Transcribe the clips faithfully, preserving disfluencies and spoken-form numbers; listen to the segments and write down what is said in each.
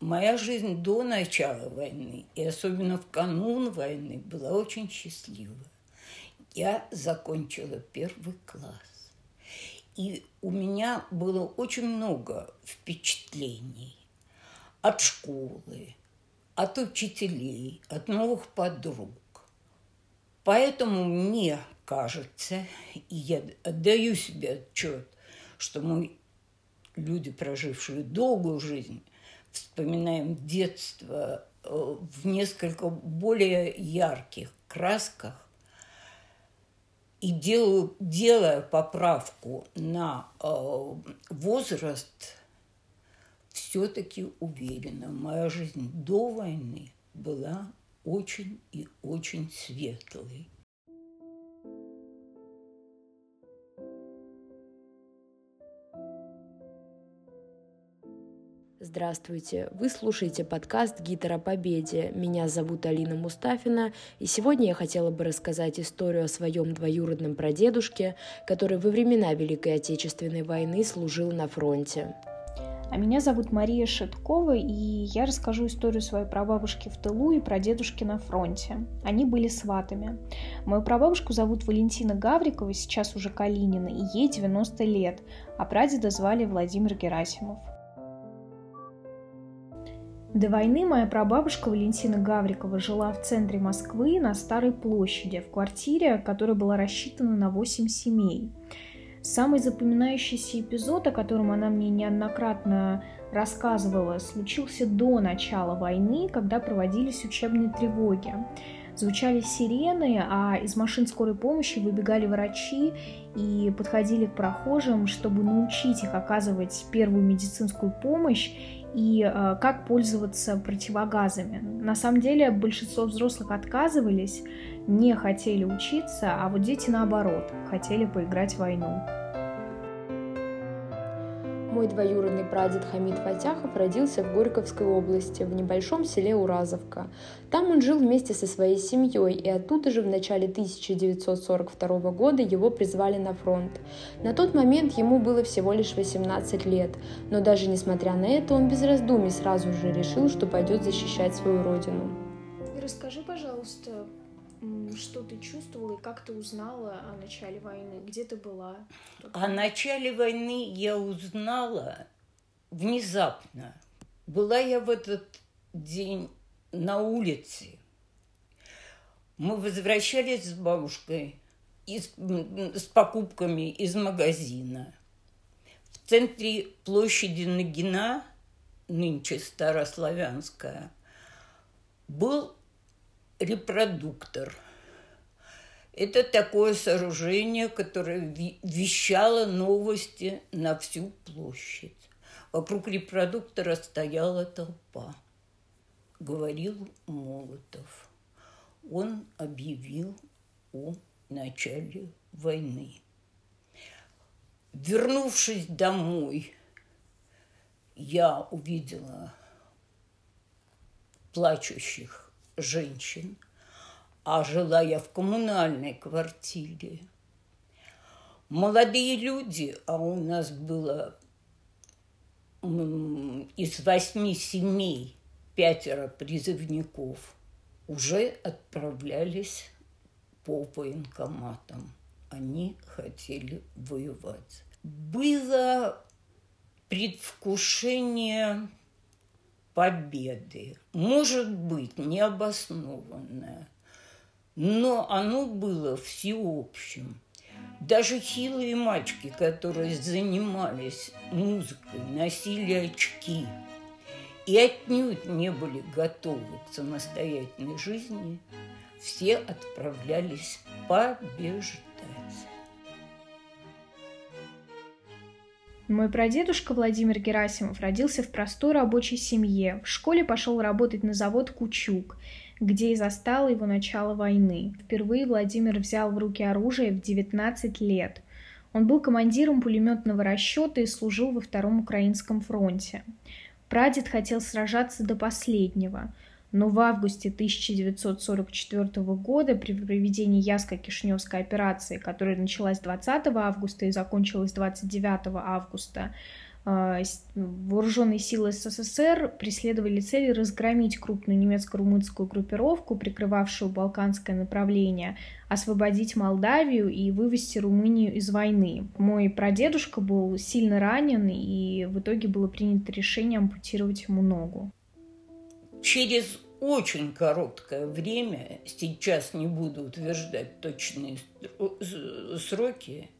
Моя жизнь до начала войны, и особенно в канун войны, была очень счастлива. Я закончила первый класс. И у меня было очень много впечатлений от школы, от учителей, от новых подруг. Поэтому мне кажется, и я отдаю себе отчет, что мы, люди, прожившие долгую жизнь, вспоминаем детство в несколько более ярких красках и делаю, делая поправку на э, возраст, все-таки уверена, моя жизнь до войны была очень и очень светлой. Здравствуйте! Вы слушаете подкаст «Гитара о победе». Меня зовут Алина Мустафина, и сегодня я хотела бы рассказать историю о своем двоюродном прадедушке, который во времена Великой Отечественной войны служил на фронте. А меня зовут Мария Шиткова, и я расскажу историю своей прабабушки в тылу и прадедушки на фронте. Они были сватами. Мою прабабушку зовут Валентина Гаврикова, сейчас уже Калинина, и ей девяносто лет, а прадеда звали Владимир Герасимов. До войны моя прабабушка Валентина Гаврикова жила в центре Москвы на Старой площади, в квартире, которая была рассчитана на восемь семей. Самый запоминающийся эпизод, о котором она мне неоднократно рассказывала, случился до начала войны, когда проводились учебные тревоги. Звучали сирены, а из машин скорой помощи выбегали врачи и подходили к прохожим, чтобы научить их оказывать первую медицинскую помощь и э, как пользоваться противогазами. На самом деле большинство взрослых отказывались, не хотели учиться, а вот дети, наоборот, хотели поиграть в войну. Мой двоюродный прадед Хамид Фатяхов родился в Горьковской области, в небольшом селе Уразовка. Там он жил вместе со своей семьей, и оттуда же в начале тысяча девятьсот сорок второго года его призвали на фронт. На тот момент ему было всего лишь восемнадцать лет, но даже несмотря на это, он без раздумий сразу же решил, что пойдет защищать свою родину. Расскажи, пожалуйста, что ты чувствовала и как ты узнала о начале войны? Где ты была? О начале войны я узнала внезапно. Была я в этот день на улице. Мы возвращались с бабушкой из, с покупками из магазина. В центре площади Нагина, нынче Старославянская, был репродуктор. Это такое сооружение, которое вещало новости на всю площадь. Вокруг репродуктора стояла толпа. Говорил Молотов. Он объявил о начале войны. Вернувшись домой, я увидела плачущих женщин, а жила я в коммунальной квартире. Молодые люди, а у нас было из восьми семей пятеро призывников, уже отправлялись по военкоматам. Они хотели воевать. Было предвкушение победы, может быть, необоснованное, но оно было всеобщим. Даже хилые мальчики, которые занимались музыкой, носили очки и отнюдь не были готовы к самостоятельной жизни, все отправлялись побеждать. Мой прадедушка Владимир Герасимов родился в простой рабочей семье. В школе пошел работать на завод «Кучук», где и застало его начало войны. Впервые Владимир взял в руки оружие в девятнадцать лет. Он был командиром пулеметного расчета и служил во Втором Украинском фронте. Прадед хотел сражаться до последнего, но в августе тысяча девятьсот сорок четвёртого года при проведении Ясско-Кишиневской операции, которая началась двадцатого августа и закончилась двадцать девятого августа, вооруженные силы СССР преследовали цель разгромить крупную немецко-румынскую группировку, прикрывавшую балканское направление, освободить Молдавию и вывести Румынию из войны. Мой прадедушка был сильно ранен, и в итоге было принято решение ампутировать ему ногу. Через очень короткое время, сейчас не буду утверждать точные сроки,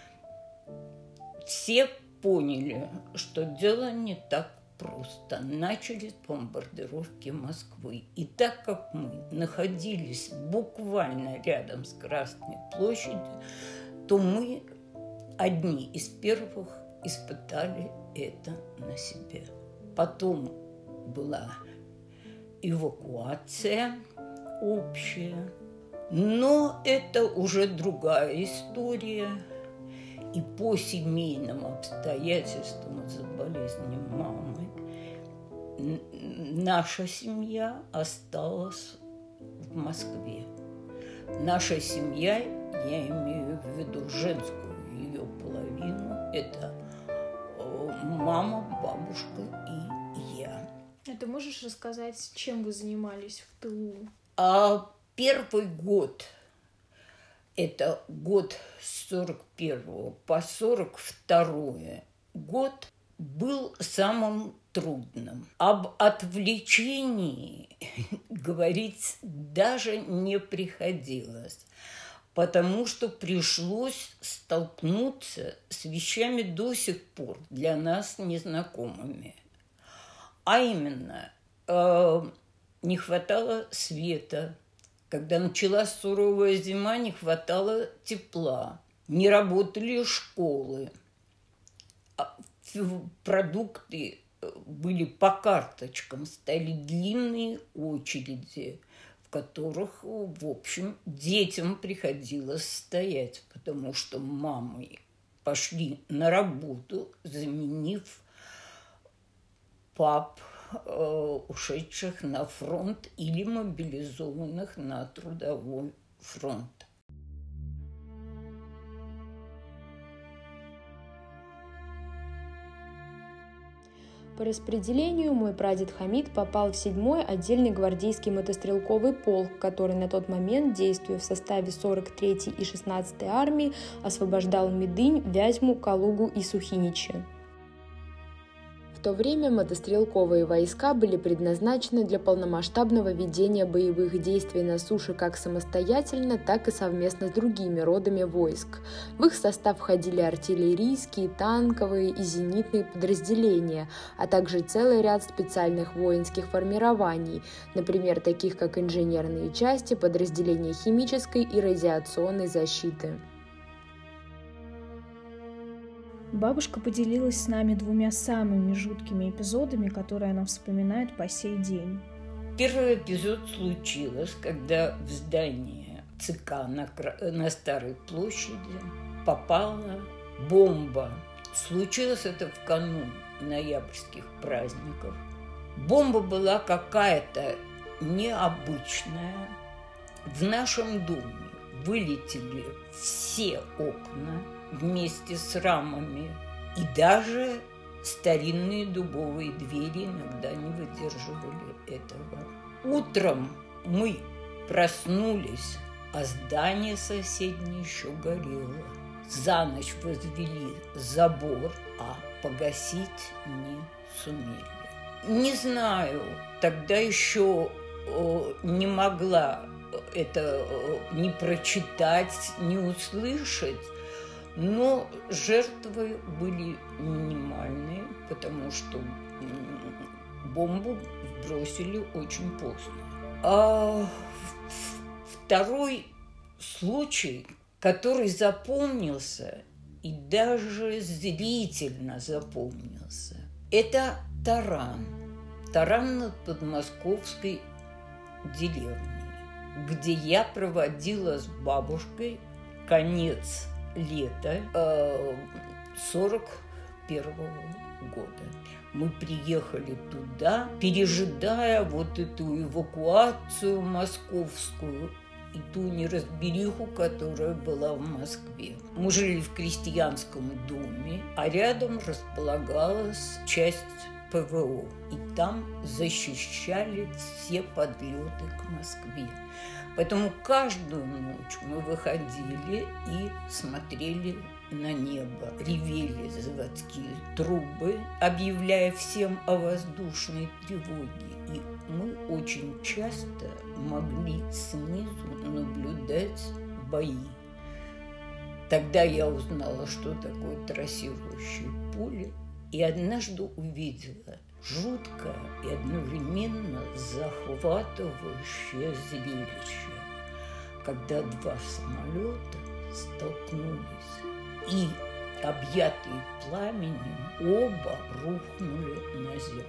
все поняли, что дело не так просто. Начались бомбардировки Москвы. И так как мы находились буквально рядом с Красной площадью, то мы одни из первых испытали это на себе. Потом была эвакуация общая, но это уже другая история. И по семейным обстоятельствам из-за болезни мамы наша семья осталась в Москве. Наша семья, я имею в виду женскую ее половину, это мама, бабушка и я. А ты можешь рассказать, чем вы занимались в тылу? А первый год, это год с сорок первого по сорок второй год, был самым трудным. Об отвлечении говорить даже не приходилось, потому что пришлось столкнуться с вещами до сих пор для нас незнакомыми. А именно, э, не хватало света. Когда началась суровая зима, не хватало тепла. Не работали школы. Продукты были по карточкам. Стояли длинные очереди, в которых, в общем, детям приходилось стоять, потому что мамы пошли на работу, заменив пап, ушедших на фронт или мобилизованных на трудовой фронт. По распределению мой прадед Хамид попал в седьмой отдельный гвардейский мотострелковый полк, который на тот момент, действуя в составе сорок третьей и шестнадцатой армии, освобождал Медынь, Вязьму, Калугу и Сухиничи. В то время мотострелковые войска были предназначены для полномасштабного ведения боевых действий на суше как самостоятельно, так и совместно с другими родами войск. В их состав входили артиллерийские, танковые и зенитные подразделения, а также целый ряд специальных воинских формирований, например, таких как инженерные части, подразделения химической и радиационной защиты. Бабушка поделилась с нами двумя самыми жуткими эпизодами, которые она вспоминает по сей день. Первый эпизод случилось, когда в здание ЦК на, на Старой площади попала бомба. Случилось это в канун ноябрьских праздников. Бомба была какая-то необычная. В нашем доме вылетели все окна вместе с рамами, и даже старинные дубовые двери иногда не выдерживали этого. Утром мы проснулись, а здание соседнее еще горело. За ночь возвели забор, а погасить не сумели. Не знаю, тогда еще о, не могла это ни прочитать, ни услышать, но жертвы были минимальные, потому что бомбу бросили очень поздно. А второй случай, который запомнился и даже зрительно запомнился, это таран. Таран над подмосковской деревней, где я проводила с бабушкой конец лета сорок первого года. Мы приехали туда, пережидая вот эту эвакуацию московскую. и ту неразбериху, которая была в Москве. Мы жили в крестьянском доме, а рядом располагалась часть ПВО. И там защищали все подлеты к Москве. Поэтому каждую ночь мы выходили и смотрели на небо. Ревели заводские трубы, объявляя всем о воздушной тревоге. И мы очень часто могли снизу наблюдать бои. Тогда я узнала, что такое трассирующие пули, и однажды увидела жуткое и одновременно захватывающее зрелище, когда два самолета столкнулись, и, объятые пламенем, оба рухнули на землю.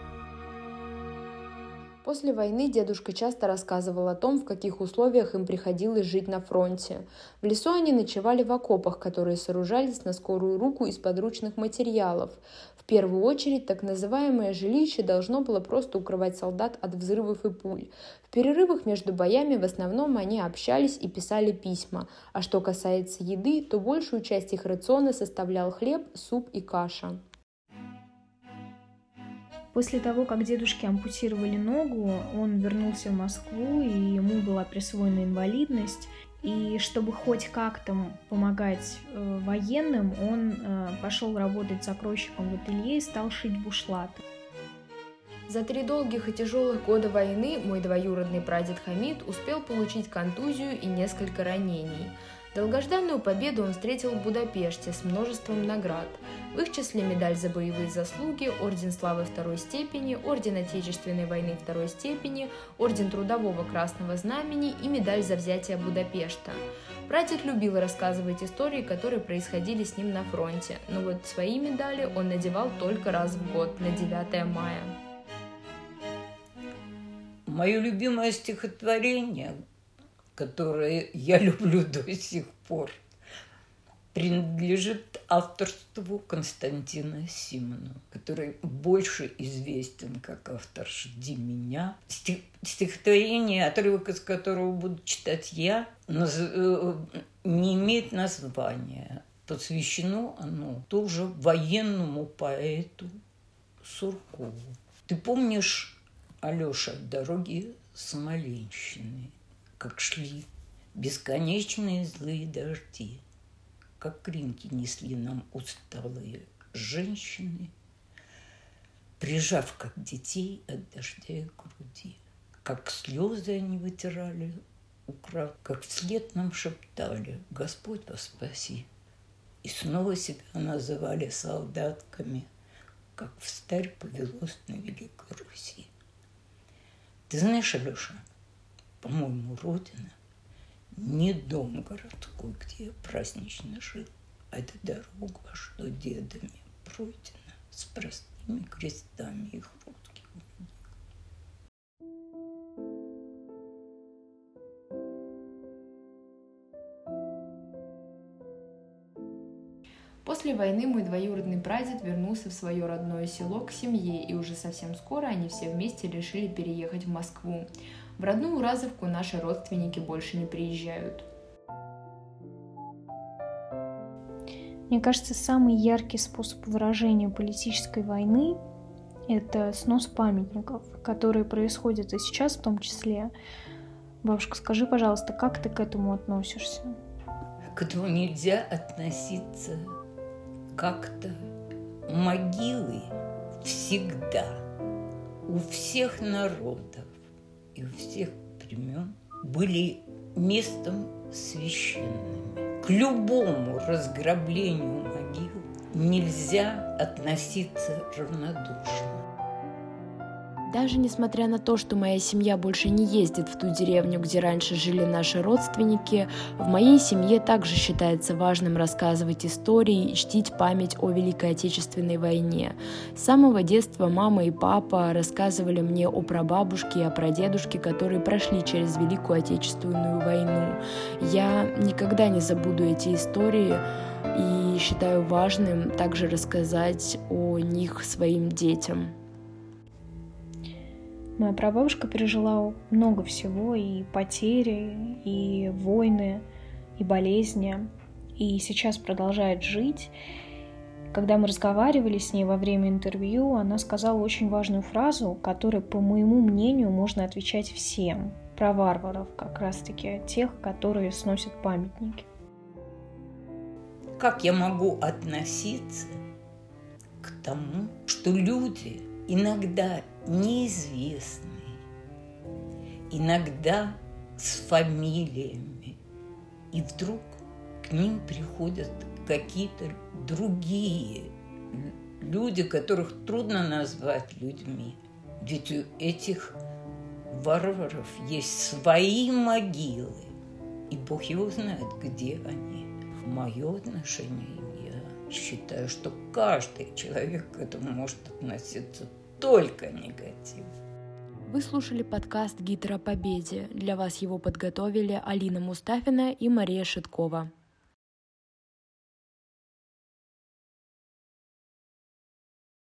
После войны дедушка часто рассказывал о том, в каких условиях им приходилось жить на фронте. В лесу они ночевали в окопах, которые сооружались на скорую руку из подручных материалов. В первую очередь, так называемое жилище должно было просто укрывать солдат от взрывов и пуль. В перерывах между боями в основном они общались и писали письма, а что касается еды, то большую часть их рациона составлял хлеб, суп и каша. После того, как дедушке ампутировали ногу, он вернулся в Москву, и ему была присвоена инвалидность. И чтобы хоть как-то помогать э, военным, он э, пошел работать закройщиком в ателье и стал шить бушлаты. За три долгих и тяжелых года войны мой двоюродный прадед Хамид успел получить контузию и несколько ранений. Долгожданную победу он встретил в Будапеште с множеством наград. В их числе медаль за боевые заслуги, орден славы второй степени, орден Отечественной войны второй степени, орден Трудового Красного Знамени и медаль за взятие Будапешта. Прадед любил рассказывать истории, которые происходили с ним на фронте, но вот свои медали он надевал только раз в год, на девятое мая. Мое любимое стихотворение, которое я люблю до сих пор, принадлежит авторству Константина Симонова, который больше известен как автор «Жди меня». Стих, стихотворение, отрывок из которого буду читать я, наз, не имеет названия. Посвящено оно тоже военному поэту Суркову. Ты помнишь, Алёша, дороги Смоленщины, как шли бесконечные злые дожди, как кринки несли нам усталые женщины, прижав, как детей, от дождя и груди, как слезы они вытирали, украв, как вслед нам шептали: «Господь вас спаси!» И снова себя называли солдатками, как встарь повелось на Великой Руси. Ты знаешь, Алёша, по-моему, родина не дом городской, где я празднично жил, а это дорога, что дедами пройдена, с простыми крестами и хрутких людей. После войны мой двоюродный прадед вернулся в свое родное село к семье, и уже совсем скоро они все вместе решили переехать в Москву. В родную Уразовку наши родственники больше не приезжают. Мне кажется, самый яркий способ выражения политической войны – это снос памятников, которые происходят и сейчас в том числе. Бабушка, скажи, пожалуйста, как ты к этому относишься? К этому нельзя относиться как-то. Могилы всегда у всех народов и у всех племен были местом священными. К любому разграблению могил нельзя относиться равнодушно. Даже несмотря на то, что моя семья больше не ездит в ту деревню, где раньше жили наши родственники, в моей семье также считается важным рассказывать истории и чтить память о Великой Отечественной войне. С самого детства мама и папа рассказывали мне о прабабушке и о прадедушке, которые прошли через Великую Отечественную войну. Я никогда не забуду эти истории и считаю важным также рассказать о них своим детям. Моя прабабушка пережила много всего, и потери, и войны, и болезни, и сейчас продолжает жить. Когда мы разговаривали с ней во время интервью, она сказала очень важную фразу, которой, по моему мнению, можно отвечать всем, про варваров, как раз-таки тех, которые сносят памятники. Как я могу относиться к тому, что люди иногда неизвестные, иногда с фамилиями, и вдруг к ним приходят какие-то другие люди, которых трудно назвать людьми. Ведь у этих варваров есть свои могилы, и Бог его знает, где они. Мое отношение, я считаю, что каждый человек к этому может относиться только негативно. Вы слушали подкаст «Гидро о Победе». Для вас его подготовили Алина Мустафина и Мария Шиткова.